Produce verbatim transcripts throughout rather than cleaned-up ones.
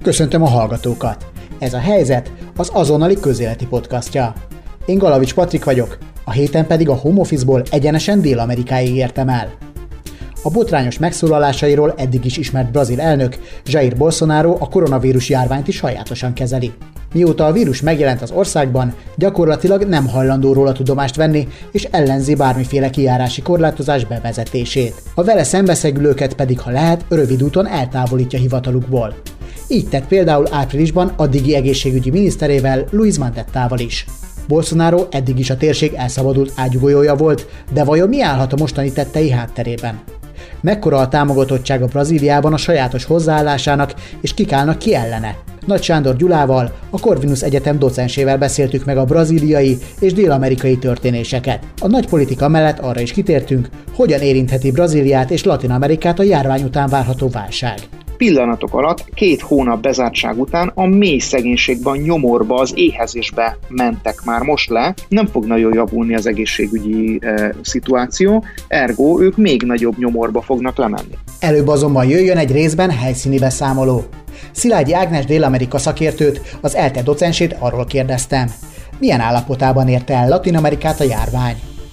Köszöntöm a hallgatókat! Ez a Helyzet az azonnali közéleti podcastja. Én Galavics Patrik vagyok, a héten pedig a home office-ból egyenesen Dél-Amerikáig értem el. A botrányos megszólalásairól eddig is ismert brazil elnök Jair Bolsonaro a koronavírus járványt is sajátosan kezeli. Mióta a vírus megjelent az országban, gyakorlatilag nem hajlandó róla tudomást venni, és ellenzi bármiféle kijárási korlátozás bevezetését. A vele szembeszegülőket pedig, ha lehet, rövid úton eltávolítja hivatalukból. Így tett például áprilisban addigi egészségügyi miniszterével, Luiz Mandettával is. Bolsonaro eddig is a térség elszabadult ágyúgolyója volt, de vajon mi állhat a mostani tettei hátterében? Mekkora a támogatottsága Brazíliában a sajátos hozzáállásának, és kik állnak ki ellene? Nagy Sándor Gyulával, a Corvinus Egyetem docensével beszéltük meg a brazíliai és dél-amerikai történéseket. A nagy politika mellett arra is kitértünk, hogyan érintheti Brazíliát és Latin-Amerikát a járvány után várható válság. Pillanatok alatt, két hónap bezártság után a mély szegénységben, nyomorba, az éhezésbe mentek már most le, nem fog nagyon javulni az egészségügyi e, szituáció, ergo ők még nagyobb nyomorba fognak lemenni. Előbb azonban jöjjön egy részben helyszíni beszámoló. Szilágyi Ágnes Dél-Amerika szakértőt, az ELTE docensét arról kérdeztem, milyen állapotában érte el Latin-Amerikát a járvány.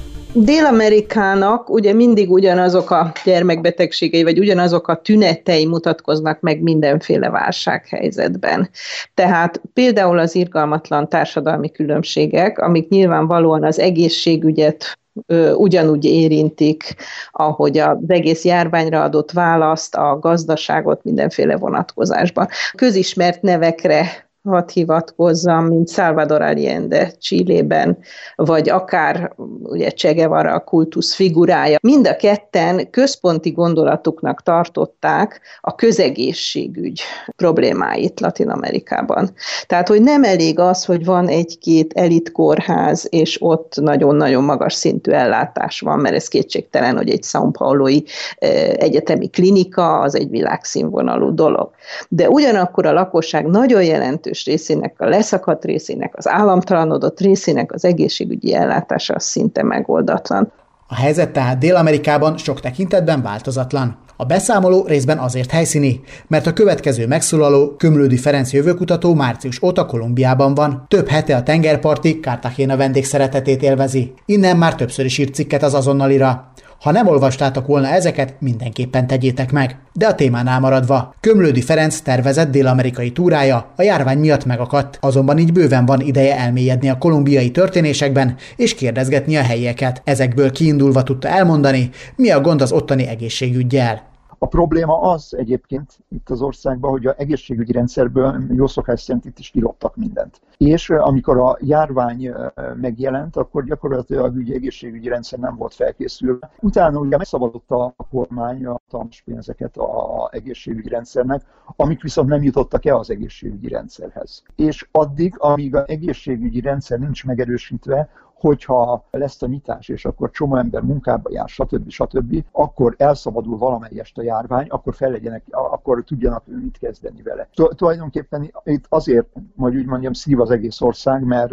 Dél-Amerikának ugye mindig ugyanazok a gyermekbetegségei, vagy ugyanazok a tünetei mutatkoznak meg mindenféle válsághelyzetben. Tehát például az irgalmatlan társadalmi különbségek, amik nyilvánvalóan az egészségügyet ö, ugyanúgy érintik, ahogy az egész járványra adott választ, a gazdaságot mindenféle vonatkozásban. Közismert nevekre hadd hivatkozzam, mint Salvador Allende Chilében, vagy akár ugye Che Guevara a kultusz figurája. Mind a ketten központi gondolatuknak tartották a közegészségügy problémáit Latin-Amerikában. Tehát, hogy nem elég az, hogy van egy-két elitkórház, és ott nagyon-nagyon magas szintű ellátás van, mert ez kétségtelen, hogy egy São Paulói egyetemi klinika, az egy világszínvonalú dolog. De ugyanakkor a lakosság nagyon jelentős részének, a leszakadt részének, az államtalanodott részének az egészségügyi ellátása az szinte megoldatlan. A helyzet tehát Dél-Amerikában sok tekintetben változatlan. A beszámoló részben azért helyszíni, mert a következő megszólaló, Komlódi Ferenc jövőkutató március óta Kolumbiában van, több hete a tengerparti Cartagena vendégszeretetét élvezi. Innen már többször is írt cikket az Azonnalira. Ha nem olvastátok volna ezeket, mindenképpen tegyétek meg. De a témánál maradva, Komlódi Ferenc tervezett dél-amerikai túrája a járvány miatt megakadt, azonban így bőven van ideje elmélyedni a kolumbiai történésekben és kérdezgetni a helyieket. Ezekből kiindulva tudta elmondani, mi a gond az ottani egészségüggyel. A probléma az egyébként itt az országban, hogy az egészségügyi rendszerből jó szokás szerint itt is kiloptak mindent. És amikor a járvány megjelent, akkor gyakorlatilag az egészségügyi rendszer nem volt felkészülve. Utána ugye megszabadult a kormány a hatalmas pénzeket az egészségügyi rendszernek, amik viszont nem jutottak el az egészségügyi rendszerhez. És addig, amíg az egészségügyi rendszer nincs megerősítve, hogyha lesz a nyitás, és akkor csomó ember munkába jár, stb. stb., akkor elszabadul valamelyest a járvány, akkor fel legyenek, akkor tudjanak mit kezdeni vele. Tulajdonképpen itt azért, hogy úgy mondjam, szív az egész ország, mert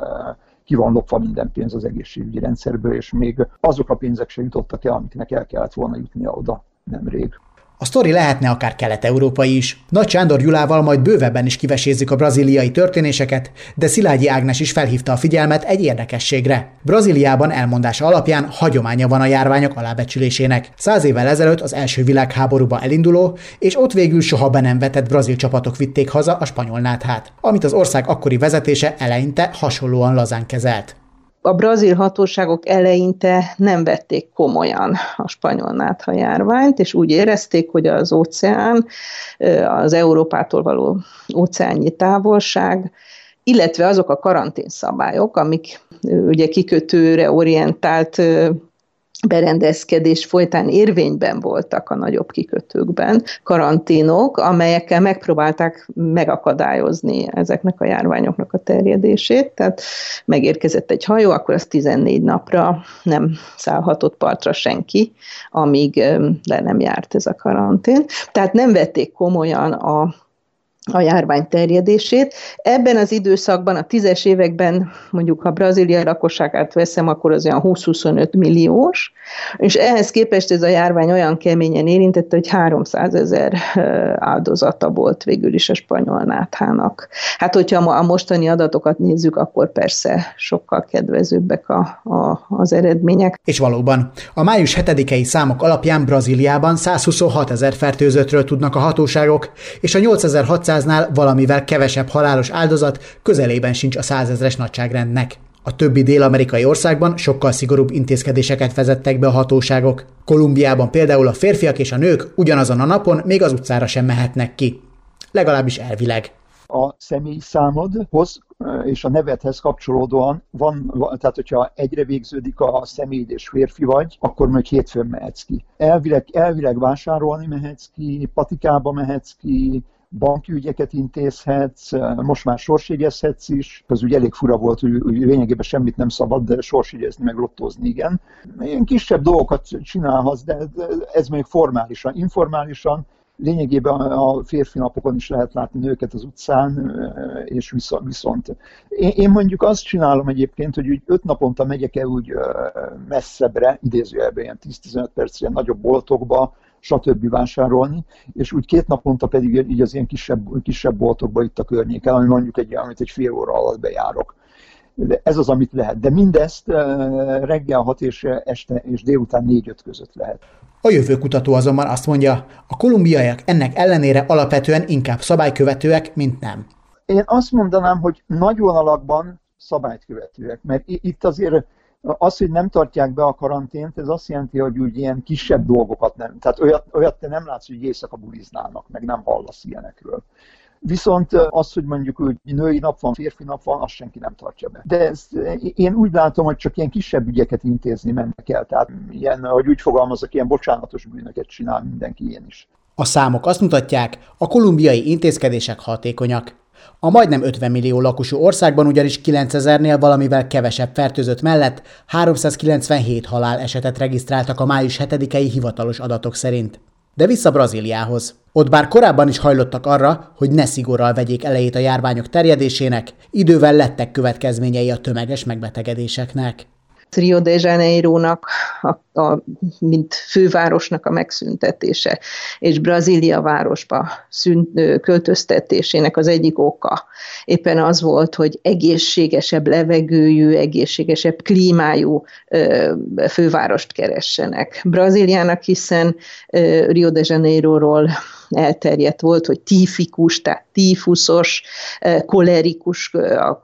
ki van lopva minden pénz az egészségügyi rendszerből, és még azok a pénzek sem jutottak el, amiknek el kellett volna jutnia oda nemrég. A sztori lehetne akár kelet-európai is. Nagy Sándor Gyulával majd bővebben is kivesézzük a brazíliai történéseket, de Szilágyi Ágnes is felhívta a figyelmet egy érdekességre. Brazíliában elmondása alapján hagyománya van a járványok alábecsülésének. Száz évvel ezelőtt az első világháborúba elinduló, és ott végül soha be nem vetett brazil csapatok vitték haza a spanyol náthát, amit az ország akkori vezetése eleinte hasonlóan lazán kezelt. A brazil hatóságok eleinte nem vették komolyan a spanyol nátha járványt, és úgy érezték, hogy az óceán, az Európától való óceánnyi távolság, illetve azok a karanténszabályok, amik ugye kikötőre orientált berendezkedés folytán érvényben voltak a nagyobb kikötőkben, karanténok, amelyekkel megpróbálták megakadályozni ezeknek a járványoknak a terjedését. Tehát megérkezett egy hajó, akkor az tizennégy napra nem szállhatott partra senki, amíg le nem járt ez a karantén. Tehát nem vették komolyan a a járvány terjedését. Ebben az időszakban, a tízes években, mondjuk ha Brazília lakosságát veszem, akkor az olyan húsz-huszonöt milliós, és ehhez képest ez a járvány olyan keményen érintette, hogy háromszázezer áldozata volt végül is a spanyol náthának. Hát, hogyha a mostani adatokat nézzük, akkor persze sokkal kedvezőbbek a, a, az eredmények. És valóban, a május hetedikei számok alapján Brazíliában százhuszonhatezer fertőzöttről tudnak a hatóságok, és a nyolcezer-hatszáznál valamivel kevesebb halálos áldozat közelében sincs a százezres nagyságrendnek. A többi dél-amerikai országban sokkal szigorúbb intézkedéseket vezettek be a hatóságok. Kolumbiában például a férfiak és a nők ugyanazon a napon még az utcára sem mehetnek ki. Legalábbis elvileg. A személyszámodhoz és a nevedhez kapcsolódóan van, tehát hogyha egyre végződik a személy és férfi vagy, akkor majd hétfőn mehetsz ki. Elvileg, elvileg vásárolni mehetsz ki, patikába mehetsz ki, banki ügyeket intézhetsz, most már sorsjegyezhetsz is. Ez ugye elég fura volt, hogy, hogy lényegében semmit nem szabad, de sorsjegyezni meg lottózni, igen. Ilyen kisebb dolgokat csinálhatsz, de ez még formálisan, informálisan. Lényegében a férfi napokon is lehet látni nőket az utcán, és viszont. Én mondjuk azt csinálom egyébként, hogy úgy öt naponta megyek el úgy messzebbre, idézőjelben ilyen tíz-tizenöt perc ilyen nagyobb boltokba, stb. Vásárolni, és úgy két naponta pedig így az ilyen kisebb, kisebb boltokba itt a környéken, ami mondjuk egy, amit egy fél óra alatt bejárok. De ez az, amit lehet. De mindezt reggel hat és este és délután négy-öt között lehet. A jövőkutató azonban azt mondja, a kolumbiaiak ennek ellenére alapvetően inkább szabálykövetőek, mint nem. Én azt mondanám, hogy nagy vonalakban szabálykövetőek, mert itt azért az, hogy nem tartják be a karantént, ez azt jelenti, hogy úgy ilyen kisebb dolgokat nem. Tehát olyat, olyat te nem látsz, hogy éjszaka buliznának, meg nem hallasz ilyenekről. Viszont az, hogy mondjuk hogy női nap van, férfi nap van, azt senki nem tartja be. De ezt, én úgy látom, hogy csak ilyen kisebb ügyeket intézni mennek el. Tehát ilyen, hogy úgy fogalmazok, ilyen bocsánatos bűnöket csinál mindenki, ilyen is. A számok azt mutatják, a kolumbiai intézkedések hatékonyak. A majdnem ötven millió lakosú országban ugyanis kilencezernél valamivel kevesebb fertőzött mellett háromszázkilencvenhét halálesetet regisztráltak a május hetedikei hivatalos adatok szerint. De vissza Brazíliához. Ott bár korábban is hajlottak arra, hogy ne szigorral vegyék elejét a járványok terjedésének, idővel lettek következményei a tömeges megbetegedéseknek. Rio de Janeirónak, a, a, mint fővárosnak a megszüntetése, és Brazília városba szünt, költöztetésének az egyik oka éppen az volt, hogy egészségesebb levegőjű, egészségesebb klímájú ö, fővárost keressenek. Brazíliának, hiszen ö, Rio de Janeiróról elterjedt volt, hogy tífikus, tehát tífuszos, kolerikus, a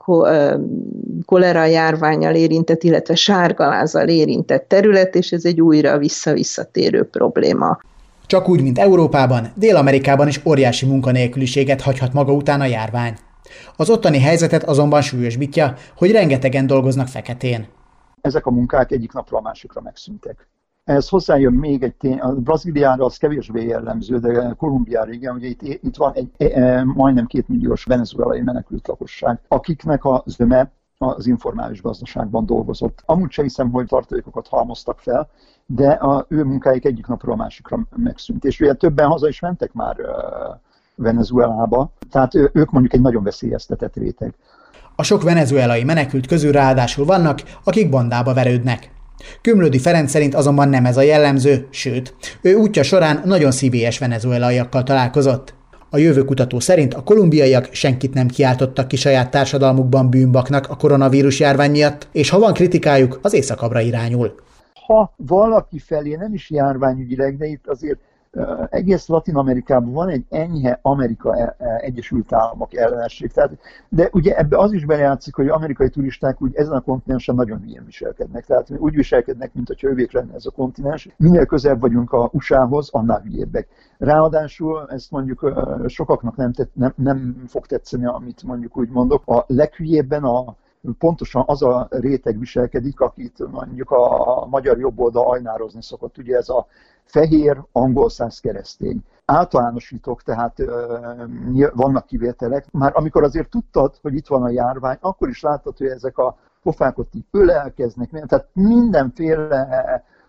kolera járvánnyal érintett, illetve sárgalázzal érintett terület, és ez egy újra vissza-visszatérő probléma. Csak úgy, mint Európában, Dél-Amerikában is óriási munkanélküliséget hagyhat maga után a járvány. Az ottani helyzetet azonban súlyosbítja, hogy rengetegen dolgoznak feketén. Ezek a munkák egyik napról a másikra megszűntek. Ehhez hozzájön még egy tény, a Brazíliára az kevésbé jellemző, de Kolumbiára igen, ugye itt, itt van egy e, majdnem két milliós venezuelai menekült lakosság, akiknek a zöme az informális gazdaságban dolgozott. Amúgy sem hiszem, hogy tartalékokat halmoztak fel, de az ő munkáik egyik napról a másikra megszűnt. És ugye többen haza is mentek már uh, Venezuelába, tehát ők mondjuk egy nagyon veszélyeztetett réteg. A sok venezuelai menekült közül ráadásul vannak, akik bandába verődnek. Kümlődi Ferenc szerint azonban nem ez a jellemző, sőt, ő útja során nagyon szívélyes venezuelaiakkal találkozott. A jövőkutató szerint a kolumbiaiak senkit nem kiáltottak ki saját társadalmukban bűnbaknak a koronavírus járvány miatt, és ha van kritikájuk, az északabbra irányul. Ha valaki felé nem is járványügyileg, de itt azért uh, egész Latin-Amerikában van egy enyhe Amerika Egyesült Államok ellenesség. Tehát, de ugye ebbe az is belejátszik, hogy amerikai turisták úgy ezen a kontinensen nagyon hülyén viselkednek. Tehát úgy viselkednek, mint hogyha övék lenne ez a kontinens. Minél közelebb vagyunk a u es á-hoz, annál hülyébbek. Ráadásul ezt mondjuk uh, sokaknak nem, tett, nem, nem fog tetszeni, amit mondjuk úgy mondok. A leghülyébben a pontosan az a réteg viselkedik, akit mondjuk a magyar jobboldal ajnározni szokott. Ugye ez a fehér, angol száz keresztény. Általánosítok, tehát vannak kivételek. Már amikor azért tudtad, hogy itt van a járvány, akkor is láttad, hogy ezek a pofákot így ölelkeznek, tehát mindenféle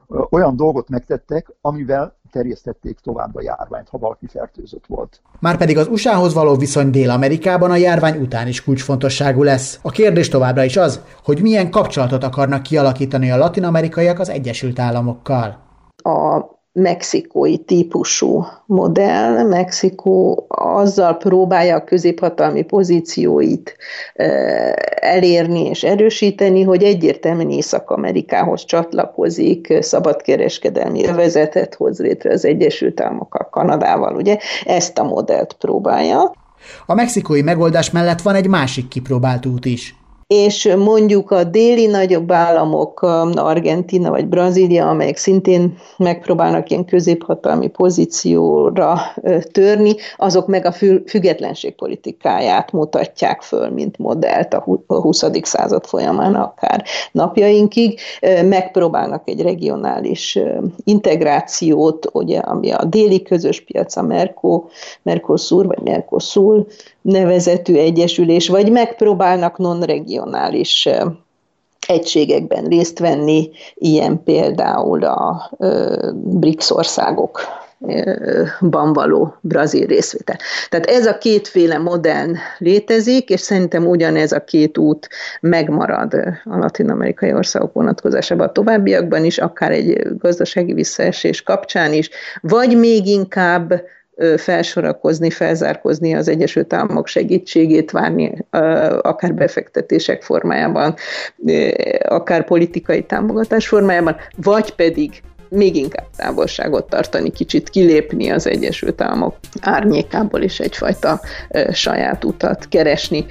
olyan dolgot megtettek, amivel terjesztették tovább a járványt, ha valaki fertőzött volt. Márpedig az u es á-hoz való viszony Dél-Amerikában a járvány után is kulcsfontosságú lesz. A kérdés továbbra is az, hogy milyen kapcsolatot akarnak kialakítani a latin-amerikaiak az Egyesült Államokkal. A mexikói típusú modell. Mexikó azzal próbálja a középhatalmi pozícióit elérni és erősíteni, hogy egyértelműen Észak-Amerikához csatlakozik, szabadkereskedelmi övezetet hoz létre az Egyesült Államokkal, Kanadával, ugye? Ezt a modellt próbálja. A mexikói megoldás mellett van egy másik kipróbált út is. És mondjuk a déli nagyobb államok, Argentína vagy Brazília, amelyek szintén megpróbálnak ilyen középhatalmi pozícióra törni, azok meg a függetlenség politikáját mutatják föl, mint modellt a huszadik század folyamán, akár napjainkig. Megpróbálnak egy regionális integrációt, ugye, ami a déli közös piac, a Merco, Mercosur vagy Mercosul nevezetű egyesülés, vagy megpróbálnak non-regionális egységekben részt venni, ilyen például a BRICS országokban való brazil részvétel. Tehát ez a kétféle modell létezik, és szerintem ugyanez a két út megmarad a latin-amerikai országok vonatkozásában a továbbiakban is, akár egy gazdasági visszaesés kapcsán is, vagy még inkább felsorakozni, felzárkozni az Egyesült Államok segítségét, várni akár befektetések formájában, akár politikai támogatás formájában, vagy pedig még inkább távolságot tartani, kicsit kilépni az Egyesült Államok árnyékából és egyfajta saját utat keresni.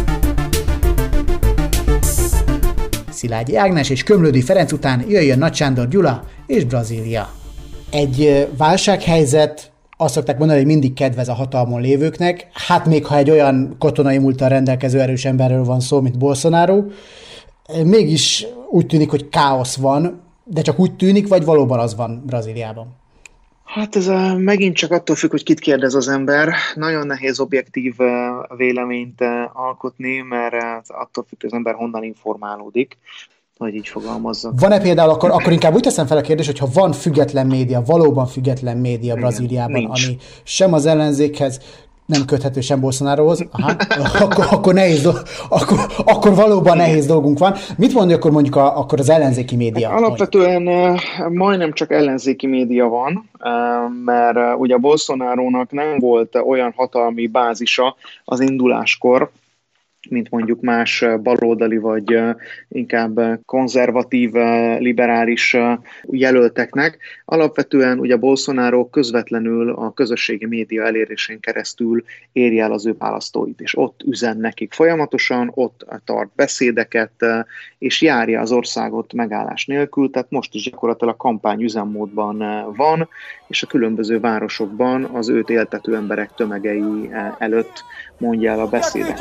Szilágyi Ágnes és Komlódi Ferenc után jöjjön Nagy Sándor Gyula és Brazília. Egy válsághelyzet, azt szokták mondani, hogy mindig kedvez a hatalmon lévőknek, hát még ha egy olyan katonai múlttal rendelkező erős emberről van szó, mint Bolsonaro, mégis úgy tűnik, hogy káosz van, de csak úgy tűnik, vagy valóban az van Brazíliában? Hát ez a, megint csak attól függ, hogy kit kérdez az ember. Nagyon nehéz objektív véleményt alkotni, mert attól függ, hogy az ember honnan informálódik, hogy így fogalmazzak. Van-e például, akkor, akkor inkább úgy teszem fel a kérdést, hogy ha van független média, valóban független média Brazíliában, igen, ami sem az ellenzékhez nem köthető, sem Bolsonarohoz, aha, akkor, akkor, nehéz, akkor, akkor valóban nehéz dolgunk van. Mit mondja akkor mondjuk a, akkor az ellenzéki média? Hát alapvetően mondjuk? Majdnem csak ellenzéki média van, mert ugye Bolsonarónak nem volt olyan hatalmi bázisa az induláskor, mint mondjuk más baloldali vagy inkább konzervatív, liberális jelölteknek. Alapvetően ugye Bolsonaro közvetlenül a közösségi média elérésén keresztül éri el az ő választóit, és ott üzen nekik folyamatosan, ott tart beszédeket, és járja az országot megállás nélkül, tehát most is gyakorlatilag kampány üzemmódban van, és a különböző városokban az őt éltető emberek tömegei előtt mondja el a beszédet.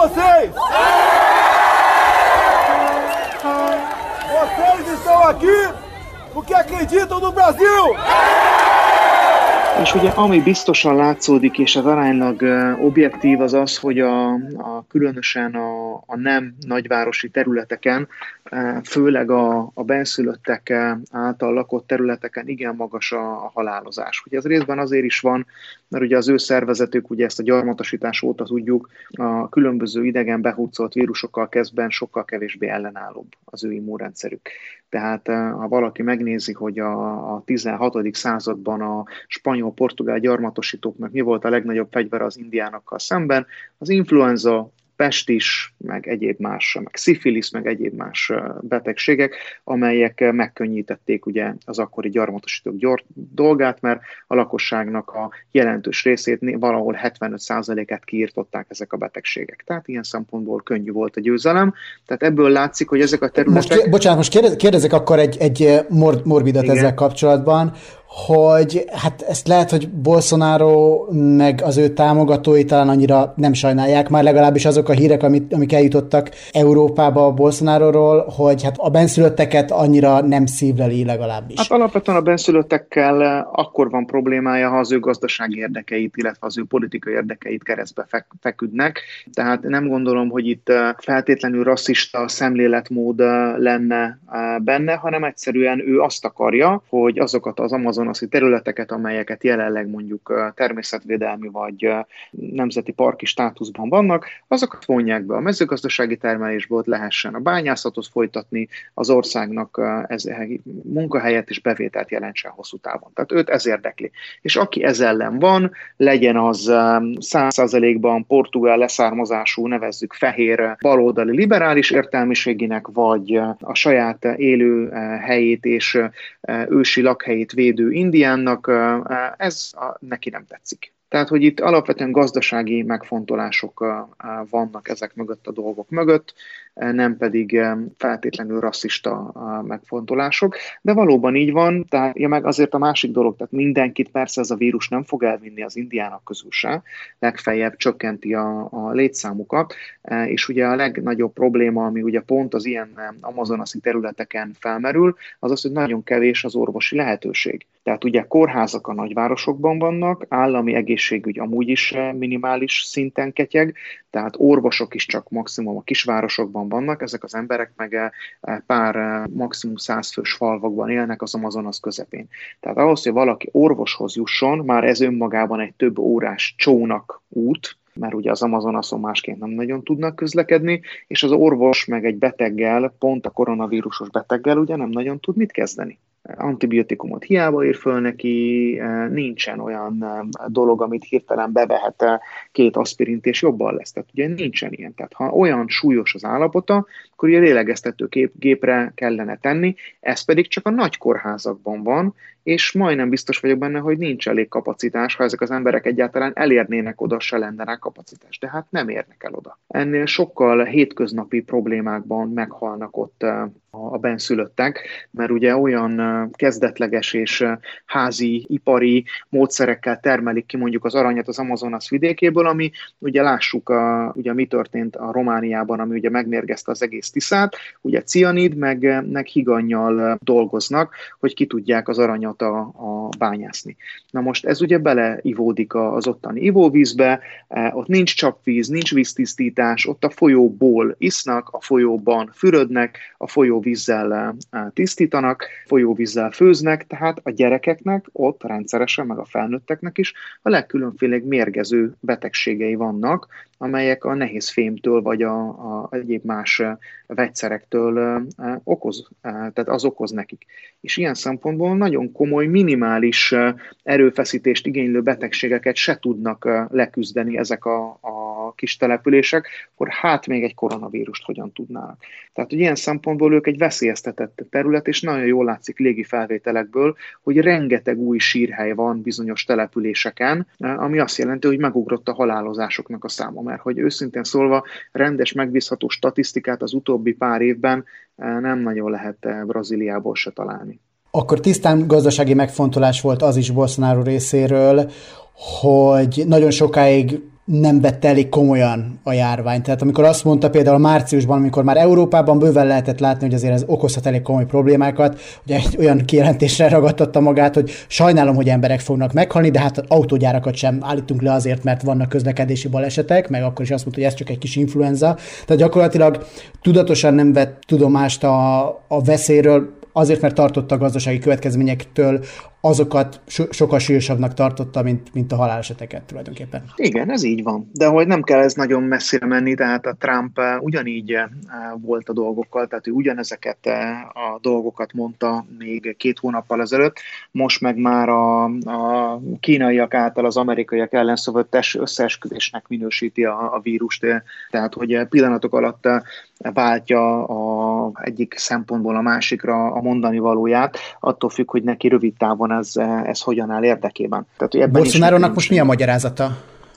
Vocês estão aqui porque acreditam no Brasil! És ugye ami biztosan látszódik, és az aránylag objektív az az, hogy a, a különösen a, a nem nagyvárosi területeken, főleg a, a benszülöttek által lakott területeken igen magas a, a halálozás. Ugye ez részben azért is van, mert ugye az ő szervezetük, ugye ezt a gyarmatosítás óta tudjuk, a különböző idegen behurcolt vírusokkal kezdben sokkal kevésbé ellenállóbb az ő immunrendszerük. Tehát ha valaki megnézi, hogy a, a tizenhatodik században a spanyol-portugál gyarmatosítóknak mi volt a legnagyobb fegyver az indiánokkal szemben, az influenza, pestis, meg egyéb más, meg szifilisz, meg egyéb más betegségek, amelyek megkönnyítették ugye az akkori gyarmatosítók gyor, dolgát, mert a lakosságnak a jelentős részét valahol hetvenöt százalékát kiirtották ezek a betegségek. Tehát ilyen szempontból könnyű volt a győzelem. Tehát ebből látszik, hogy ezek a területek... Most, bocsánat, most kérdez, kérdezek akkor egy, egy mor, morbidat igen. ezzel kapcsolatban, hogy hát ezt lehet, hogy Bolsonaro meg az ő támogatói talán annyira nem sajnálják, már legalábbis azok a hírek, amik, amik eljutottak Európába a Bolsonaróról, hogy hát a benszülötteket annyira nem szívleli legalábbis. Hát alapvetően a benszülöttekkel akkor van problémája, ha az ő gazdasági érdekeit, illetve az ő politikai érdekeit keresztbe fek- feküdnek. Tehát nem gondolom, hogy itt feltétlenül rasszista szemléletmód lenne benne, hanem egyszerűen ő azt akarja, hogy azokat az amazonasi területeket, amelyeket jelenleg mondjuk természetvédelmi vagy nemzeti parki státuszban vannak, azokat vonják be a mezőgazdasági termelésből, lehessen a bányászatot folytatni, az országnak ez munkahelyet és bevételt jelentsen hosszú távon. Tehát őt ez érdekli. És aki ez ellen van, legyen az száz százalékban portugál leszármazású, nevezzük fehér baloldali liberális értelmiséginek, vagy a saját élő helyét és ősi lakhelyét védő indiánnak, ez neki nem tetszik. Tehát, hogy itt alapvetően gazdasági megfontolások vannak ezek mögött a dolgok mögött, nem pedig feltétlenül rasszista megfontolások, de valóban így van, tehát ja, meg azért a másik dolog, tehát mindenkit persze ez a vírus nem fog elvinni az indiánok közül se, legfeljebb csökkenti a, a létszámukat, és ugye a legnagyobb probléma, ami ugye pont az ilyen amazonasi területeken felmerül, az az, hogy nagyon kevés az orvosi lehetőség. Tehát ugye kórházak a nagyvárosokban vannak, állami egészségügy amúgy is minimális szinten ketyeg, tehát orvosok is csak maximum a kisvárosokban vannak, ezek az emberek meg pár maximum százfős falvakban élnek az Amazonas közepén. Tehát ahhoz, hogy valaki orvoshoz jusson, már ez önmagában egy több órás csónak út, mert ugye az Amazonason másként nem nagyon tudnak közlekedni, és az orvos meg egy beteggel, pont a koronavírusos beteggel ugye nem nagyon tud mit kezdeni. Antibiotikumot hiába ír föl neki, nincsen olyan dolog, amit hirtelen bevehet két aspirint, és jobban lesz. Tehát ugye nincsen ilyen. Tehát ha olyan súlyos az állapota, akkor ugye lélegeztető gépre kellene tenni, ez pedig csak a nagy kórházakban van, és majdnem biztos vagyok benne, hogy nincs elég kapacitás, ha ezek az emberek egyáltalán elérnének oda, se lenne rá kapacitás. De hát nem érnek el oda. Ennél sokkal hétköznapi problémákban meghalnak ott a benszülöttek, mert ugye olyan kezdetleges és házi, ipari módszerekkel termelik ki mondjuk az aranyat az Amazonas vidékéből, ami ugye lássuk, a, ugye mi történt a Romániában, ami ugye megmérgezte az egész Tiszát, ugye cianid, meg, meg higannyal dolgoznak, hogy ki tudják az aranyat a, a bányászni. Na most ez ugye beleivódik az ottani ivóvízbe, ott nincs csapvíz, nincs víztisztítás, ott a folyóból isznak, a folyóban fürödnek, a folyó vízzel tisztítanak, folyóvízzel főznek, tehát a gyerekeknek ott rendszeresen, meg a felnőtteknek is a legkülönfélébb mérgező betegségei vannak, amelyek a nehéz fémtől vagy a, a egyéb más vegyszerektől okoz, tehát az okoz nekik. És ilyen szempontból nagyon komoly, minimális erőfeszítést igénylő betegségeket se tudnak leküzdeni ezek a, a kis települések, akkor hát még egy koronavírust hogyan tudnának. Tehát, hogy ilyen szempontból ők egy veszélyeztetett terület, és nagyon jól látszik légi felvételekből, hogy rengeteg új sírhely van bizonyos településeken, ami azt jelenti, hogy megugrott a halálozásoknak a száma, mert hogy őszintén szólva rendes, megbízható statisztikát az utóbbi pár évben nem nagyon lehet Brazíliából se találni. Akkor tisztán gazdasági megfontolás volt az is Bolsonaro részéről, hogy nagyon sokáig nem vette elég komolyan a járványt. Tehát amikor azt mondta például márciusban, amikor már Európában bőven lehetett látni, hogy azért ez okozhat elég komoly problémákat, ugye egy olyan kijelentésre ragadtatta magát, hogy sajnálom, hogy emberek fognak meghalni, de hát autógyárakat sem állítunk le azért, mert vannak közlekedési balesetek, meg akkor is azt mondta, hogy ez csak egy kis influenza. Tehát gyakorlatilag tudatosan nem vett tudomást a, a veszélyről, azért, mert tartotta a gazdasági következményektől, azokat so- sokkal súlyosabbnak tartotta, mint, mint a haláleseteket tulajdonképpen. Igen, ez így van. De hogy nem kell ez nagyon messzire menni, tehát a Trump ugyanígy volt a dolgokkal, tehát ő ugyanezeket a dolgokat mondta még két hónappal ezelőtt, most meg már a, a kínaiak által az amerikaiak ellen szövött összeesküvésnek minősíti a, a vírust, tehát hogy pillanatok alatt váltja a egyik szempontból a másikra a mondani valóját, attól függ, hogy neki rövid távon ez, ez hogyan áll érdekében. Bolsonarónak most mi a magyarázata?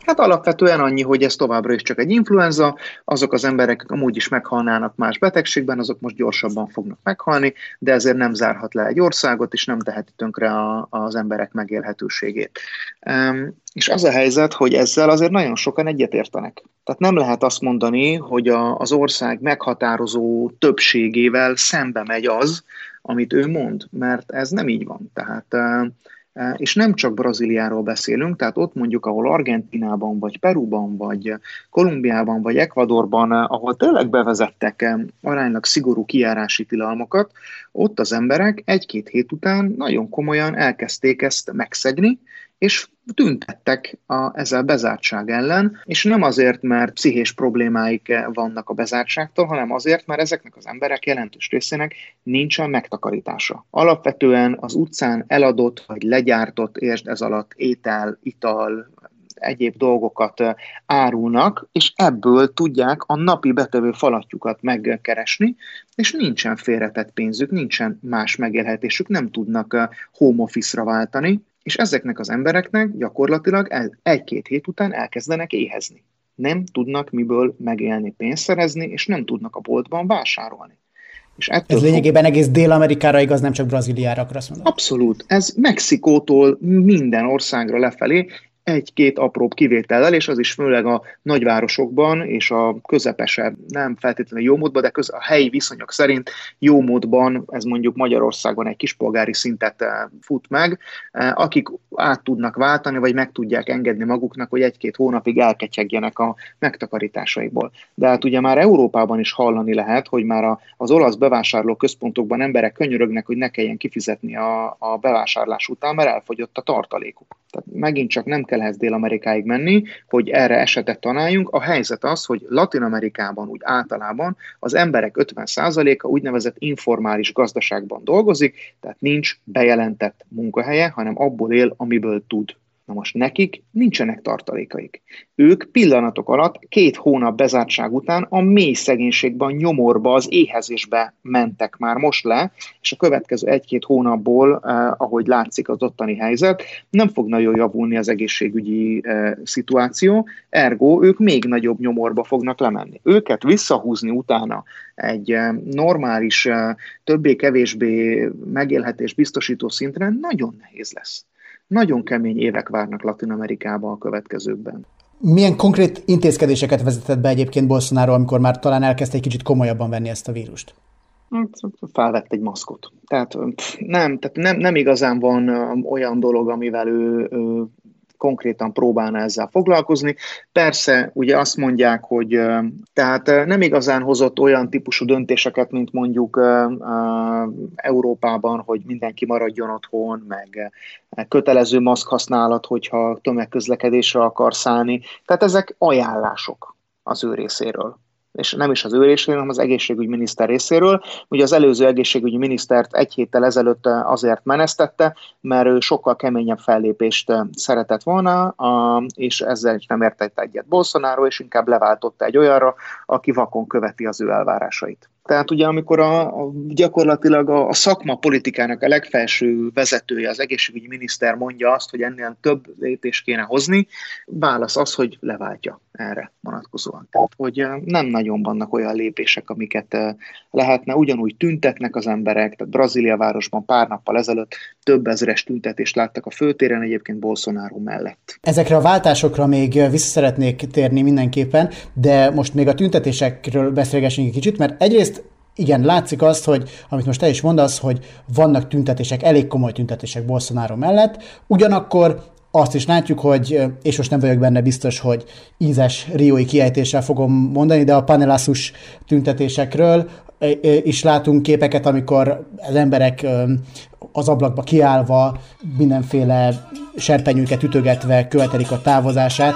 Hát alapvetően annyi, hogy ez továbbra is csak egy influenza, azok az emberek amúgy is meghalnának más betegségben, azok most gyorsabban fognak meghalni, de ezért nem zárhat le egy országot, és nem teheti tönkre a, az emberek megélhetőségét. Um, és az a helyzet, hogy ezzel azért nagyon sokan egyetértenek. Tehát nem lehet azt mondani, hogy a, az ország meghatározó többségével szembe megy az, amit ő mond, mert ez nem így van. Tehát... Uh, És nem csak Brazíliáról beszélünk, tehát ott mondjuk, ahol Argentínában, vagy Perúban, vagy Kolumbiában, vagy Ecuadorban, ahol tényleg bevezettek aránylag szigorú kijárási tilalmakat, ott az emberek egy-két hét után nagyon komolyan elkezdték ezt megszegni, és tüntettek a, ezzel bezártság ellen, és nem azért, mert pszichés problémáik vannak a bezártságtól, hanem azért, mert ezeknek az emberek jelentős részének nincsen megtakarítása. Alapvetően az utcán eladott vagy legyártott, értsd ez alatt étel, ital, egyéb dolgokat árulnak, és ebből tudják a napi betevő falatjukat megkeresni, és nincsen félretett pénzük, nincsen más megélhetésük, nem tudnak home office-ra váltani, és ezeknek az embereknek gyakorlatilag egy-két hét után elkezdenek éhezni. Nem tudnak miből megélni, pénzt szerezni, és nem tudnak a boltban vásárolni. És ez lényegében fog... egész Dél-Amerikára igaz, nem csak Brazíliára, akkor azt mondom. Abszolút. Ez Mexikótól minden országra lefelé, egy-két apróbb kivétellel, és az is főleg a nagyvárosokban és a közepesebb, nem feltétlenül jó módban, de köz, a helyi viszonyok szerint jó módban, ez mondjuk Magyarországon egy kispolgári szintet fut meg, akik át tudnak váltani, vagy meg tudják engedni maguknak, hogy egy-két hónapig elketyegjenek a megtakarításaikból. De hát ugye már Európában is hallani lehet, hogy már az olasz bevásárló központokban emberek könyörögnek, hogy ne kelljen kifizetni a, a bevásárlás után, mert elfogyott a tartalékuk. Tehát megint csak nem kell ehhez Dél-Amerikáig menni, hogy erre esetet találjunk. A helyzet az, hogy Latin-Amerikában úgy általában az emberek ötven százaléka úgynevezett informális gazdaságban dolgozik, tehát nincs bejelentett munkahelye, hanem abból él, amiből tud. Na most nekik nincsenek tartalékaik. Ők pillanatok alatt, két hónap bezártság után a mély szegénységben, nyomorba, az éhezésbe mentek már most le, és a következő egy-két hónapból, eh, ahogy látszik az ottani helyzet, nem fog nagyon javulni az egészségügyi eh, szituáció, ergo ők még nagyobb nyomorba fognak lemenni. Őket visszahúzni utána egy eh, normális, eh, többé-kevésbé megélhetés biztosító szintre nagyon nehéz lesz. Nagyon kemény évek várnak Latin-Amerikában a következőkben. Milyen konkrét intézkedéseket vezetett be egyébként Bolsonaro, amikor már talán elkezdte egy kicsit komolyabban venni ezt a vírust? Felvett egy maszkot. Tehát nem, tehát nem, nem igazán van olyan dolog, amivel ő, ő konkrétan próbálna ezzel foglalkozni. Persze, ugye azt mondják, hogy tehát nem igazán hozott olyan típusú döntéseket, mint mondjuk Európában, hogy mindenki maradjon otthon, meg kötelező maszk használat, hogyha tömegközlekedésre akar szállni. Tehát ezek ajánlások az ő részéről. És nem is az ő részéről, hanem az egészségügyminiszter részéről. Ugye az előző egészségügyi minisztert egy héttel ezelőtt azért menesztette, mert ő sokkal keményebb fellépést szeretett volna, és ezzel is nem értett egyet Bolsonaro, és inkább leváltotta egy olyanra, aki vakon követi az ő elvárásait. Tehát ugye amikor a, a, gyakorlatilag a, a szakmapolitikának a legfelső vezetője, az egészségügyi miniszter mondja azt, hogy ennél több lépést kéne hozni, válasz az, hogy leváltja erre vonatkozóan. Tehát, hogy nem nagyon vannak olyan lépések, amiket lehetne, ugyanúgy tüntetnek az emberek, tehát Brazília városban pár nappal ezelőtt több ezres tüntetést láttak a főtéren, egyébként Bolsonaro mellett. Ezekre a váltásokra még vissza szeretnék térni mindenképpen, de most még a tüntetésekről beszélgessünk egy kicsit, mert egyrészt igen, látszik azt, hogy amit most te is mondasz, hogy vannak tüntetések, elég komoly tüntetések Bolsonaro mellett, ugyanakkor azt is látjuk, hogy, és most nem vagyok benne biztos, hogy ízes riói kiejtéssel fogom mondani, de a panelasus tüntetésekről is látunk képeket, amikor az emberek az ablakba kiállva, mindenféle serpenyőket ütögetve követelik a távozását.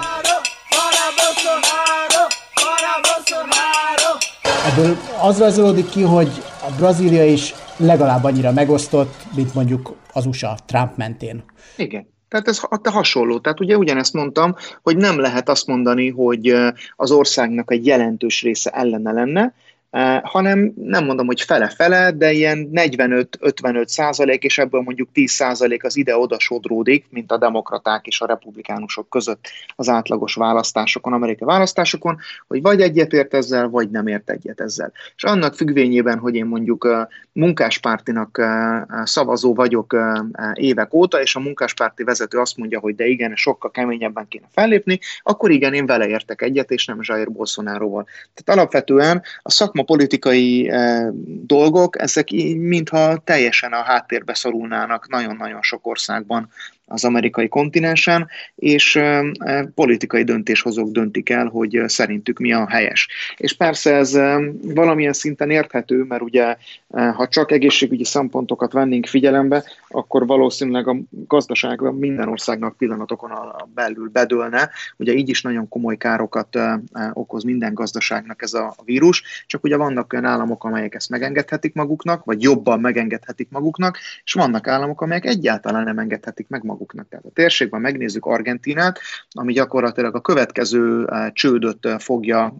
Ebből az rajzolódik ki, hogy a Brazília is legalább annyira megosztott, mint mondjuk az u es á Trump mentén. Igen. Tehát ez hasonló. Tehát ugye ugyanezt mondtam, hogy nem lehet azt mondani, hogy az országnak egy jelentős része ellene lenne. hanem nem mondom, hogy fele-fele, de ilyen negyvenöt-ötvenöt százalék, és ebből mondjuk tíz százalék az ide-oda sodródik, mint a demokraták és a republikánusok között az átlagos választásokon, amerikai választásokon, hogy vagy egyetért ezzel, vagy nem ért egyet ezzel. És annak függvényében, hogy én mondjuk munkáspártinak szavazó vagyok évek óta, és a munkáspárti vezető azt mondja, hogy de igen, sokkal keményebben kéne fellépni, akkor igen, én vele értek egyet, és nem Jair Bolsonaroval. Tehát alapvetően a szakmapolitikai dolgok, ezek mintha teljesen a háttérbe szorulnának nagyon-nagyon sok országban az amerikai kontinensen, és politikai döntéshozók döntik el, hogy szerintük mi a helyes. És persze ez valamilyen szinten érthető, mert ugye ha csak egészségügyi szempontokat vennénk figyelembe, akkor valószínűleg a gazdaságban minden országnak pillanatokon belül bedőlne. Ugye így is nagyon komoly károkat okoz minden gazdaságnak ez a vírus, csak ugye vannak olyan államok, amelyek ezt megengedhetik maguknak, vagy jobban megengedhetik maguknak, és vannak államok, amelyek egyáltalán nem engedhetik meg maguknak. Tehát a térségben megnézzük Argentínát, ami gyakorlatilag a következő csődöt fogja,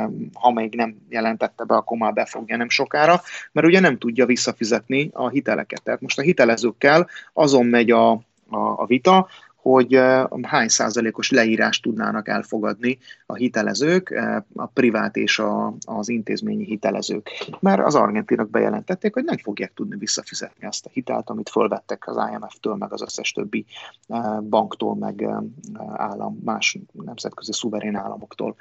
ha még nem jelentette be, akkor már befogja nem sokára, mert ugye nem tudja visszafizetni a hiteleket. Tehát most a hitelezőkkel azon megy a, a, a vita, hogy hány százalékos leírást tudnának elfogadni a hitelezők, a privát és a, az intézményi hitelezők. Mert az argentinok bejelentették, hogy nem fogják tudni visszafizetni azt a hitelt, amit fölvettek az I M F-től, meg az összes többi banktól, meg állam, más nemzetközi szuverén államoktól.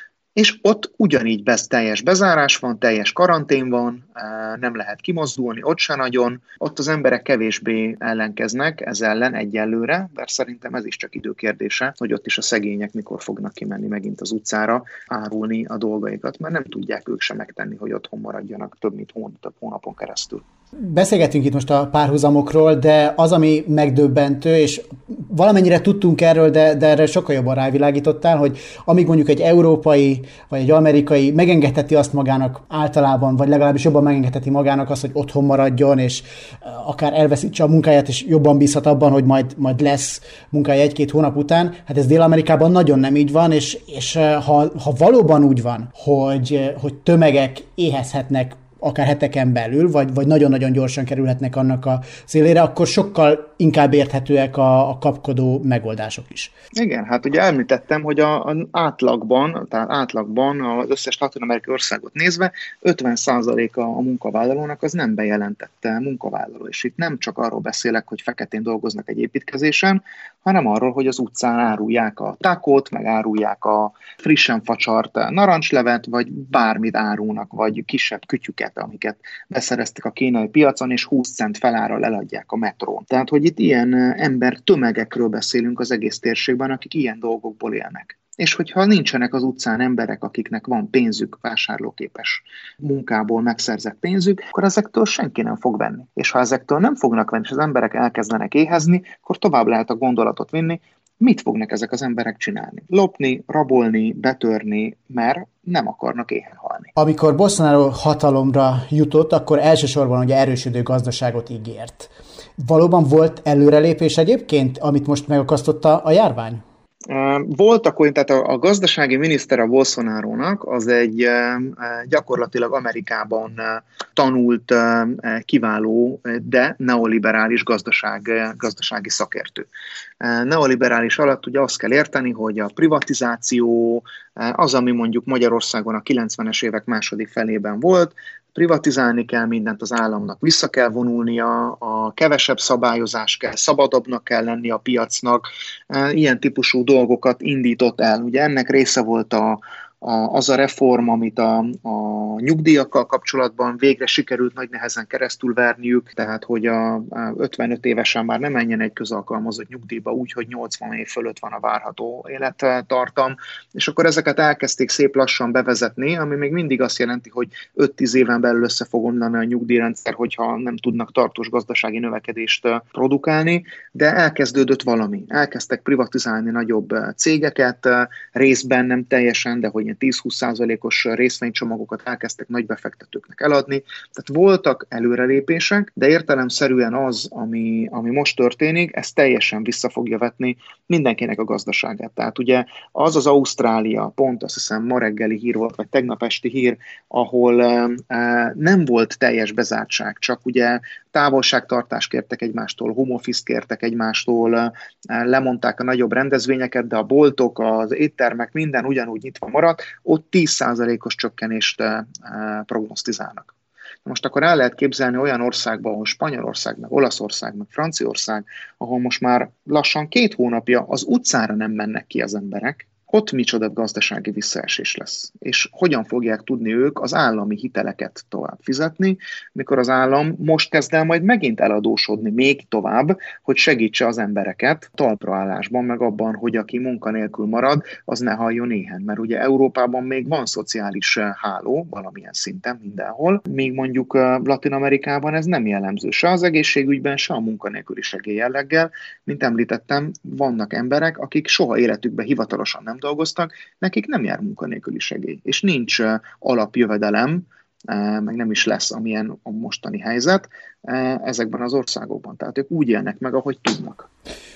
És ott ugyanígy bez, teljes bezárás van, teljes karantén van, nem lehet kimozdulni, ott se nagyon. Ott az emberek kevésbé ellenkeznek ez ellen egyelőre, bár szerintem ez is csak időkérdése, hogy ott is a szegények mikor fognak kimenni megint az utcára, árulni a dolgaikat, mert nem tudják ők sem megtenni, hogy otthon maradjanak több mint hón, több hónapon keresztül. Beszélgetünk itt most a párhuzamokról, de az, ami megdöbbentő, és valamennyire tudtunk erről, de, de erre sokkal jobban rávilágítottál, hogy amíg mondjuk egy európai vagy egy amerikai megengedheti azt magának általában, vagy legalábbis jobban megengedheti magának azt, hogy otthon maradjon, és akár elveszítse a munkáját, és jobban bízhat abban, hogy majd, majd lesz munkája egy-két hónap után. Hát ez Dél-Amerikában nagyon nem így van, és, és ha, ha valóban úgy van, hogy, hogy tömegek éhezhetnek akár heteken belül, vagy, vagy nagyon-nagyon gyorsan kerülhetnek annak a szélére, akkor sokkal inkább érthetőek a, a kapkodó megoldások is. Igen, hát ugye említettem, hogy a, a átlagban, tehát átlagban az összes latin-amerikai országot nézve ötven százaléka a munkavállalónak az nem bejelentette munkavállaló. És itt nem csak arról beszélek, hogy feketén dolgoznak egy építkezésen, hanem arról, hogy az utcán árulják a tákót, meg árulják a frissen facsart narancslevet, vagy bármit árulnak, vagy kisebb kütyüket, amiket beszereztek a kínai piacon, és húsz cent felárral eladják a metrón. Tehát, hogy itt ilyen ember tömegekről beszélünk az egész térségben, akik ilyen dolgokból élnek. És hogyha nincsenek az utcán emberek, akiknek van pénzük, vásárlóképes munkából megszerzett pénzük, akkor ezektől senki nem fog venni. És ha ezektől nem fognak venni, és az emberek elkezdenek éhezni, akkor tovább lehet a gondolatot vinni, mit fognak ezek az emberek csinálni? Lopni, rabolni, betörni, mert nem akarnak éhen halni. Amikor Bolsonaro hatalomra jutott, akkor elsősorban ugye erősödő gazdaságot ígért. Valóban volt előrelépés egyébként, amit most megakasztotta a járvány? Voltak olyan, tehát a, a gazdasági miniszter a Bolsonarónak az egy gyakorlatilag Amerikában tanult, kiváló, de neoliberális gazdaság, gazdasági szakértő. Neoliberális alatt ugye azt kell érteni, hogy a privatizáció az, ami mondjuk Magyarországon a kilencvenes évek második felében volt, privatizálni kell mindent, az államnak vissza kell vonulnia, a kevesebb szabályozás kell, szabadabbnak kell lenni a piacnak, ilyen típusú dolgokat indított el. Ugye ennek része volt a, a, az a reform, amit a, a nyugdíjakkal kapcsolatban végre sikerült nagy nehezen keresztül verniük, tehát hogy a ötvenöt évesen már nem menjen egy közalkalmazott nyugdíjba úgy, hogy nyolcvan év fölött van a várható élettartam, és akkor ezeket elkezdték szép lassan bevezetni, ami még mindig azt jelenti, hogy öt-tíz éven belül össze fog omlani a nyugdíjrendszer, hogyha nem tudnak tartós gazdasági növekedést produkálni, de elkezdődött valami. Elkezdtek privatizálni nagyobb cégeket, részben nem teljesen, de hogy ilyen tíz-húsz százalékos részvénycsomagokat elkezdtek nagy befektetőknek eladni. Tehát voltak előrelépések, de értelemszerűen az, ami, ami most történik, ez teljesen vissza fogja vetni mindenkinek a gazdaságát. Tehát ugye az az Ausztrália, pont azt hiszem ma reggeli hír volt, vagy tegnap esti hír, ahol e, nem volt teljes bezártság, csak ugye távolságtartást kértek egymástól, home office-t kértek egymástól, lemondták a nagyobb rendezvényeket, de a boltok, az éttermek, minden ugyanúgy nyitva maradt, ott tíz százalékos csökkenést prognosztizálnak. Most akkor el lehet képzelni olyan országban, ahol Spanyolország, meg Olaszország, meg Franciaország, ahol most már lassan két hónapja az utcára nem mennek ki az emberek, ott micsoda gazdasági visszaesés lesz. És hogyan fogják tudni ők az állami hiteleket tovább fizetni, mikor az állam most kezd el majd megint eladósodni még tovább, hogy segítse az embereket talpraállásban, meg abban, hogy aki munkanélkül marad, az ne halljon éhen. Mert ugye Európában még van szociális háló, valamilyen szinten mindenhol, míg mondjuk Latin-Amerikában ez nem jellemző. Se az egészségügyben, se a munkanélküli segélyjelleggel. Mint említettem, vannak emberek, akik soha életükben hivatalosan nem dolgoztak, nekik nem jár munkanélküli segély, és nincs uh, alapjövedelem, uh, meg nem is lesz, amilyen a mostani helyzet uh, ezekben az országokban. Tehát ők úgy élnek meg, ahogy tudnak.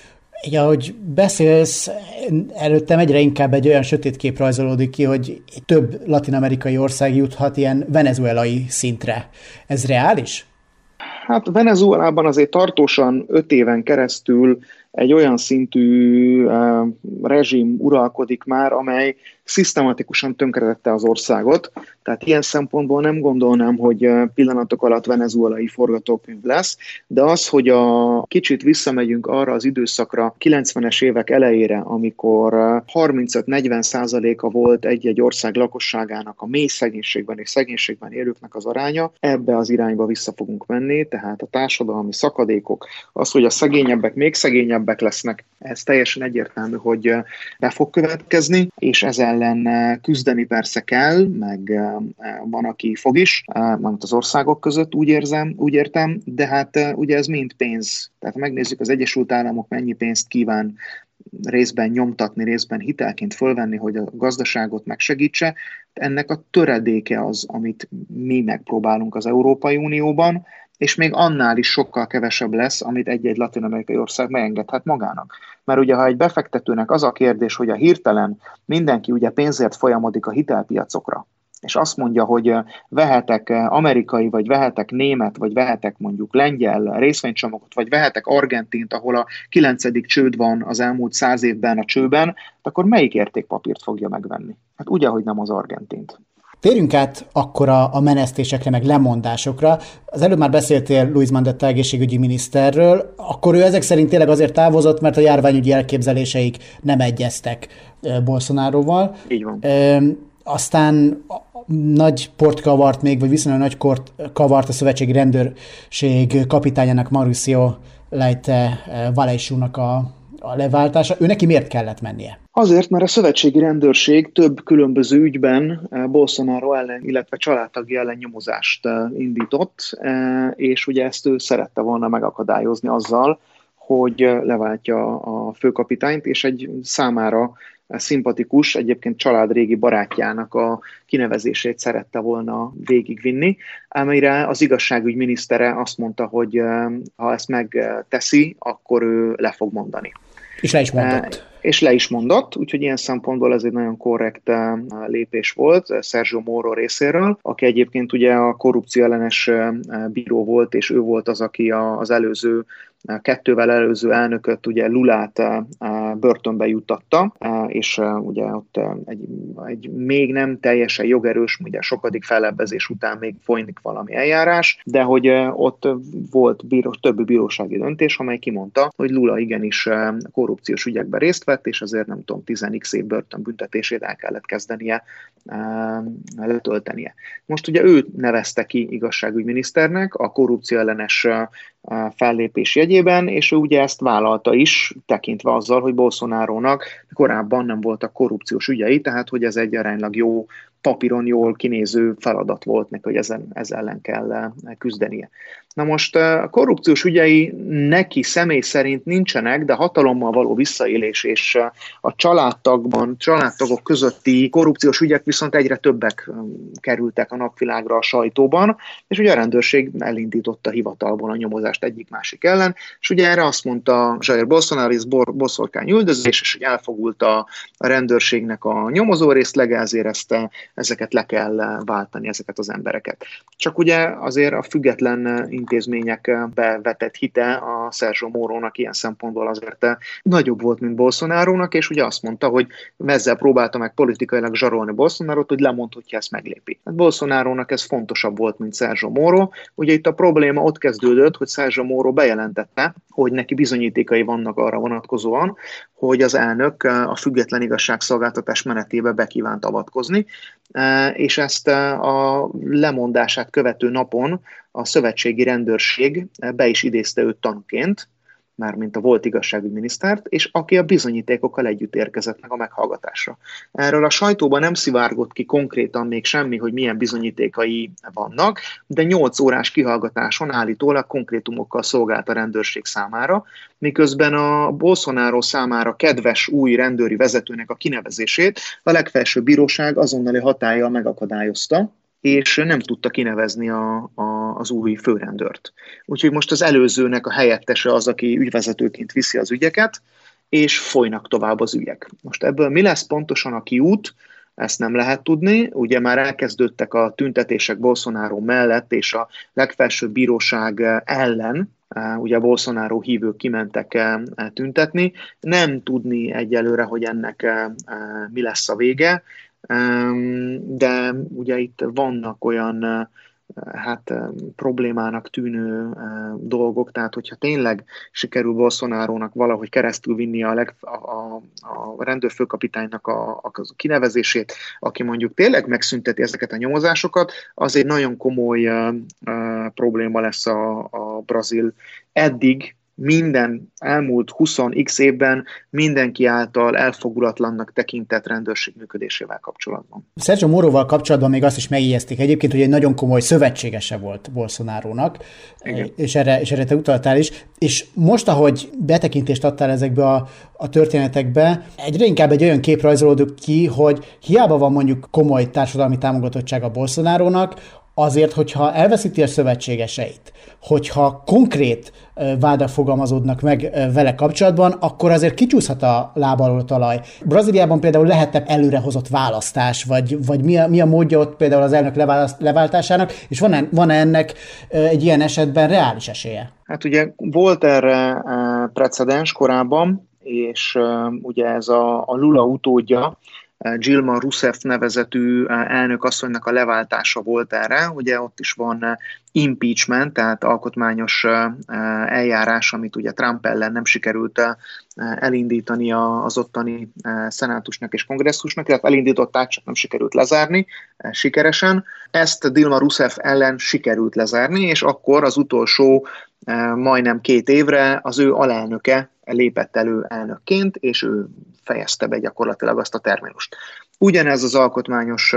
Ja, ahogy beszélsz, előttem egyre inkább egy olyan sötét kép rajzolódik ki, hogy több latin-amerikai ország juthat ilyen venezuelai szintre. Ez reális? Hát Venezuelában azért tartósan öt éven keresztül egy olyan szintű uh, rezsim uralkodik már, amely szisztematikusan tönkretette az országot. Tehát ilyen szempontból nem gondolnám, hogy pillanatok alatt venezuelai forgatókönyv lesz, de az, hogy a kicsit visszamegyünk arra az időszakra, kilencvenes évek elejére, amikor harmincöt-negyven százaléka volt egy-egy ország lakosságának a mély szegénységben és szegénységben élőknek az aránya, ebbe az irányba vissza fogunk menni, tehát a társadalmi szakadékok, az, hogy a szegényebbek még szegényebbek lesznek, ez teljesen egyértelmű, hogy be fog következni, és ez ellen küzdeni persze kell, meg van, aki fog is, mint az országok között, úgy érzem, úgy értem, de hát ugye ez mind pénz. Tehát megnézzük, az Egyesült Államok mennyi pénzt kíván részben nyomtatni, részben hitelként fölvenni, hogy a gazdaságot megsegítse. Ennek a töredéke az, amit mi megpróbálunk az Európai Unióban, és még annál is sokkal kevesebb lesz, amit egy-egy latin-amerikai ország megengedhet magának. Mert ugye, ha egy befektetőnek az a kérdés, hogy a hirtelen mindenki ugye pénzért folyamodik a hitelpiacokra, és azt mondja, hogy vehetek amerikai, vagy vehetek német, vagy vehetek mondjuk lengyel részvénycsomagot, vagy vehetek argentint, ahol a kilencedik csőd van az elmúlt száz évben a csőben, akkor melyik értékpapírt fogja megvenni? Hát ugye, hogy nem az argentint. Térjünk át akkor a, a menesztésekre, meg lemondásokra. Az előbb már beszéltél Luis Mandetta egészségügyi miniszterről, akkor ő ezek szerint tényleg azért távozott, mert a járványügyi elképzeléseik nem egyeztek Bolsonaróval. Így van. E, aztán nagy port kavart még, vagy viszonylag nagy port kavart a szövetségi rendőrség kapitányának, Mauricio Leite Vallejo-nak a, a leváltása. Ő neki miért kellett mennie? Azért, mert a szövetségi rendőrség több különböző ügyben Bolsonaro ellen, illetve családtagja ellen nyomozást indított, és ugye ezt ő szerette volna megakadályozni azzal, hogy leváltja a főkapitányt, és egy számára szimpatikus, egyébként családrégi barátjának a kinevezését szerette volna végigvinni, amelyre az igazságügy minisztere azt mondta, hogy ha ezt megteszi, akkor ő le fog mondani. És le is mondott. És le is mondott, úgyhogy ilyen szempontból ez egy nagyon korrekt lépés volt Sergio Moro részéről, aki egyébként ugye a korrupció ellenes bíró volt, és ő volt az, aki az előző kettővel előző elnököt, ugye Lulát börtönbe juttatta, és ugye ott egy, egy még nem teljesen jogerős, ugye sokadik fellebbezés után még folyik valami eljárás, de hogy ott volt bíró, többi bírósági döntés, amely kimondta, hogy Lula igenis korrupciós ügyekben részt vett, és azért nem tudom, tíz x év börtönbüntetését el kellett kezdenie letöltenie. Most ugye ő nevezte ki igazságügyminiszternek a korrupció ellenes fellépés jegyében, és ő ugye ezt vállalta is, tekintve azzal, hogy Bolsonarónak korábban nem voltak korrupciós ügyei, tehát hogy ez egy aránylag jó papíron jól kinéző feladat volt neki, hogy ezen, ez ellen kell küzdenie. Na most a korrupciós ügyei neki személy szerint nincsenek, de hatalommal való visszaélés és a családtagban, családtagok közötti korrupciós ügyek viszont egyre többek kerültek a napvilágra a sajtóban, és ugye a rendőrség elindította hivatalból a nyomozást egyik-másik ellen, és ugye erre azt mondta Jair Bolsonaro, ez boszorkány üldözés, és hogy elfogulta a rendőrségnek a nyomozórészt, legelzérezte, ezeket le kell váltani, ezeket az embereket. Csak ugye azért a független intézményekbe vetett hite a Sergio Morónak ilyen szempontból azért nagyobb volt, mint Bolsonarónak, és ugye azt mondta, hogy ezzel próbálta meg politikailag zsarolni Bolsonarót, hogy lemond, hogyha ezt meglépi. Hát Bolsonarónak ez fontosabb volt, mint Sergio Moro. Ugye itt a probléma ott kezdődött, hogy Sergio Moro bejelentette, hogy neki bizonyítékai vannak arra vonatkozóan, hogy az elnök a független igazságszolgáltatás menetébe bekívánt avatkozni, és ezt a lemondását követő napon a szövetségi rendőrség be is idézte őt tanúként, mármint a volt igazságügyminisztert, és aki a bizonyítékokkal együtt érkezett meg a meghallgatásra. Erről a sajtóban nem szivárgott ki konkrétan még semmi, hogy milyen bizonyítékai vannak, de nyolc órás kihallgatáson állítólag konkrétumokkal szolgált a rendőrség számára, miközben a Bolsonaro számára kedves új rendőri vezetőnek a kinevezését a legfelsőbb bíróság azonnali hatállyal megakadályozta, és nem tudta kinevezni a, a, az új főrendőrt. Úgyhogy most az előzőnek a helyettese az, aki ügyvezetőként viszi az ügyeket, és folynak tovább az ügyek. Most ebből mi lesz pontosan a kiút, ezt nem lehet tudni. Ugye már elkezdődtek a tüntetések Bolsonaro mellett, és a legfelsőbb bíróság ellen, ugye a Bolsonaro hívők kimentek tüntetni. Nem tudni egyelőre, hogy ennek mi lesz a vége, de ugye itt vannak olyan hát problémának tűnő dolgok, tehát hogyha tényleg sikerül Bolsonarónak valahogy keresztül vinni a, leg, a, a rendőrfőkapitánynak a, a kinevezését, aki mondjuk tényleg megszünteti ezeket a nyomozásokat, az egy nagyon komoly uh, uh, probléma lesz a, a brazil eddig minden elmúlt húsz x évben mindenki által elfogulatlannak tekintett rendőrség működésével kapcsolatban. Sergio Moróval kapcsolatban még azt is megijesztik egyébként, hogy egy nagyon komoly szövetségese volt Bolsonarónak, és erre, és erre te utaltál is. És most, ahogy betekintést adtál ezekbe a, a történetekbe, egyre inkább egy olyan kép rajzolódik ki, hogy hiába van mondjuk komoly társadalmi támogatottsága Bolsonarónak, azért, hogyha elveszíti a szövetségeseit, hogyha konkrét vádak fogalmazódnak meg vele kapcsolatban, akkor azért kicsúszhat a lába alól a talaj. Brazíliában például lehet-e előrehozott választás, vagy, vagy mi, a, mi a módja ott például az elnök leváltásának, és van-e, van-e ennek egy ilyen esetben reális esélye? Hát ugye volt erre precedens korábban, és ugye ez a, a Lula utódja, Dilma Rousseff nevezetű elnök asszonynak a leváltása volt erre. Ugye ott is van impeachment, tehát alkotmányos eljárás, amit ugye Trump ellen nem sikerült elindítani az ottani szenátusnak és kongresszusnak, illetve elindították, csak nem sikerült lezárni sikeresen. Ezt Dilma Rousseff ellen sikerült lezárni, és akkor az utolsó majdnem két évre az ő alelnöke lépett elő elnökként, és ő fejezte be gyakorlatilag azt a terminust. Ugyanez az alkotmányos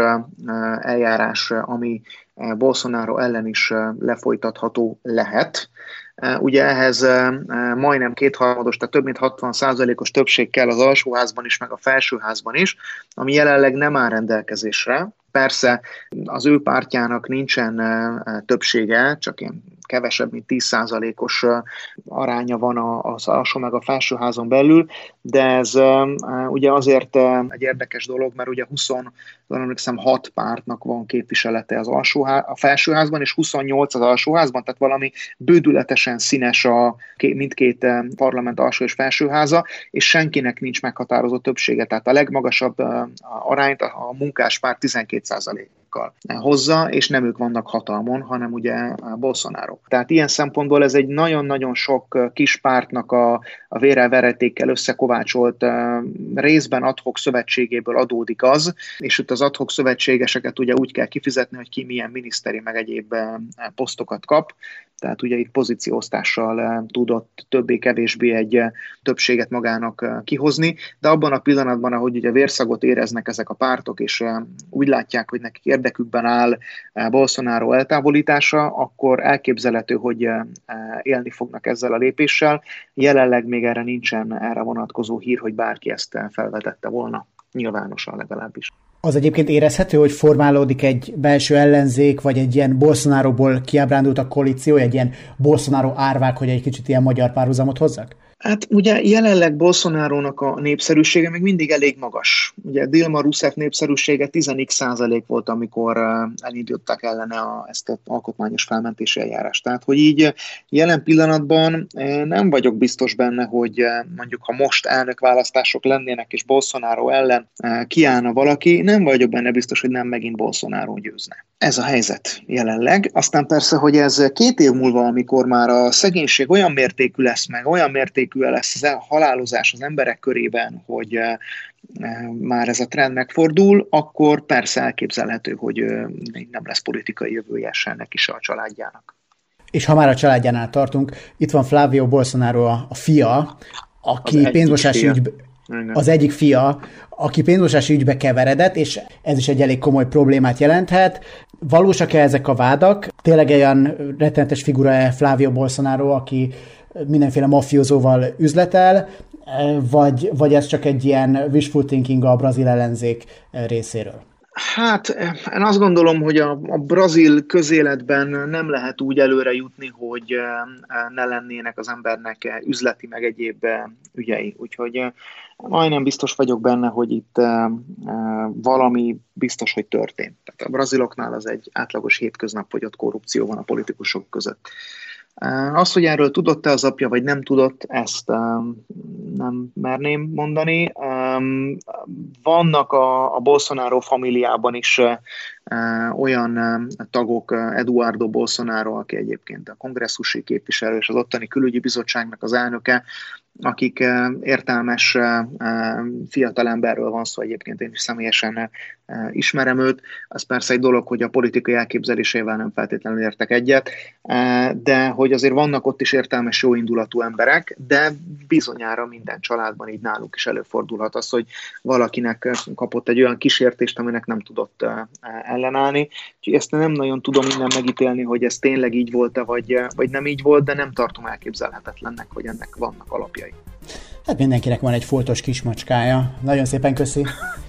eljárás, ami Bolsonaro ellen is lefolytatható lehet. Ugye ehhez majdnem kétharmados, tehát több mint hatvan százalékos többség kell az alsóházban is, meg a felsőházban is, ami jelenleg nem áll rendelkezésre. Persze az ő pártjának nincsen többsége, csak ilyen kevesebb, mint tíz százalékos aránya van az alsó meg a felsőházon belül, de ez ugye azért egy érdekes dolog, mert ugye huszonhat pártnak van képviselete az alsóház, a felsőházban, és huszonnyolc az alsóházban, tehát valami bődületesen színes a mindkét parlament alsó és felsőháza, és senkinek nincs meghatározott többsége, tehát a legmagasabb arányt a munkáspárt tizenkét százalékkal hozza, és nem ők vannak hatalmon, hanem ugye Bolsonaro. Tehát ilyen szempontból ez egy nagyon-nagyon sok kis pártnak a, a vérrel veretékkel összekovácsolt részben ad hoc szövetségéből adódik az, és itt az ad hoc szövetségeseket ugye úgy kell kifizetni, hogy ki milyen miniszteri meg egyéb posztokat kap, tehát ugye itt pozícióosztással tudott többé-kevésbé egy többséget magának kihozni, de abban a pillanatban, ahogy ugye vérszagot éreznek ezek a pártok, és úgy látják, hogy nekik érdekükben áll Bolsonaro eltávolítása, akkor elképzelhető, hogy élni fognak ezzel a lépéssel. Jelenleg még erre nincsen erre vonatkozó hír, hogy bárki ezt felvetette volna, nyilvánosan legalábbis. Az egyébként érezhető, hogy formálódik egy belső ellenzék, vagy egy ilyen Bolsonaróból kiábrándult a koalíció, egy ilyen Bolsonaro árvák, hogy egy kicsit ilyen magyar párhuzamot hozzak? Hát ugye jelenleg Bolsonarónak a népszerűsége még mindig elég magas. Ugye Dilma Rousseff népszerűsége tíz százalék volt, amikor elindították ellene a, ezt az alkotmányos felmentési eljárást. Tehát, hogy így jelen pillanatban nem vagyok biztos benne, hogy mondjuk ha most elnökválasztások lennének és Bolsonaro ellen kiállna valaki, nem vagyok benne biztos, hogy nem megint Bolsonaro győzne. Ez a helyzet jelenleg. Aztán persze, hogy ez két év múlva, amikor már a szegénység olyan mértékű lesz meg, olyan mértékű lesz a halálozás az emberek körében, hogy már ez a trend megfordul, akkor persze elképzelhető, hogy nem lesz politikai jövője se neki se a családjának. És ha már a családjánál tartunk, itt van Flávio Bolsonaro a, a fia, aki pénzmosási ügybe, az egyik fia, aki pénzmosási ügybe keveredett, és ez is egy elég komoly problémát jelenthet. Valósak-e ezek a vádak? Tényleg olyan rettenetes figura Flávio Bolsonaro, aki mindenféle mafiózóval üzletel, vagy, vagy ez csak egy ilyen wishful thinking a brazil ellenzék részéről? Hát én azt gondolom, hogy a, a brazil közéletben nem lehet úgy előre jutni, hogy ne lennének az embernek üzleti meg egyéb ügyei. Úgyhogy majdnem biztos vagyok benne, hogy itt valami biztos, hogy történt. Tehát a braziloknál az egy átlagos hétköznap, hogy ott korrupció van a politikusok között. Azt, hogy erről tudott-e az apja, vagy nem tudott, ezt um, nem merném mondani. Um, vannak a, a Bolsonaro familiában is uh, olyan uh, tagok, uh, Eduardo Bolsonaro, aki egyébként a kongresszusi képviselő és az ottani külügyi bizottságnak az elnöke, akik uh, értelmes uh, fiatalemberről van szó, egyébként én is személyesen uh, ismerem őt. Az persze egy dolog, hogy a politikai elképzelésével nem feltétlenül értek egyet, uh, de hogy azért vannak ott is értelmes, jóindulatú emberek, de bizonyára minden családban így náluk is előfordulhat az, hogy valakinek kapott egy olyan kísértést, aminek nem tudott uh, ellenállni. Úgyhogy ezt nem nagyon tudom innen megítélni, hogy ez tényleg így volt-e, vagy, vagy nem így volt, de nem tartom elképzelhetetlennek, hogy ennek vannak alapjai. Hát mindenkinek van egy foltos kismacskája. Nagyon szépen köszi!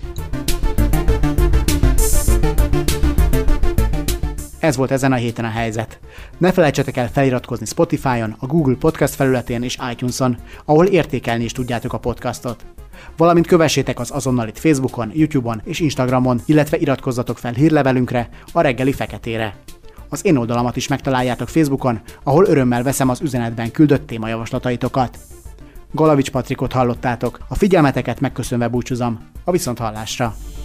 Ez volt ezen a héten a helyzet. Ne felejtsetek el feliratkozni Spotify-on, a Google Podcast felületén és iTunes-on, ahol értékelni is tudjátok a podcastot. Valamint kövessétek az Azonnalit Facebookon, YouTube-on és Instagramon, illetve iratkozzatok fel hírlevelünkre, a Reggeli Feketére. Az én oldalamat is megtaláljátok Facebookon, ahol örömmel veszem az üzenetben küldött témajavaslataitokat. Galavics Patrikot hallottátok, a figyelmeteket megköszönve búcsúzom, a viszonthallásra!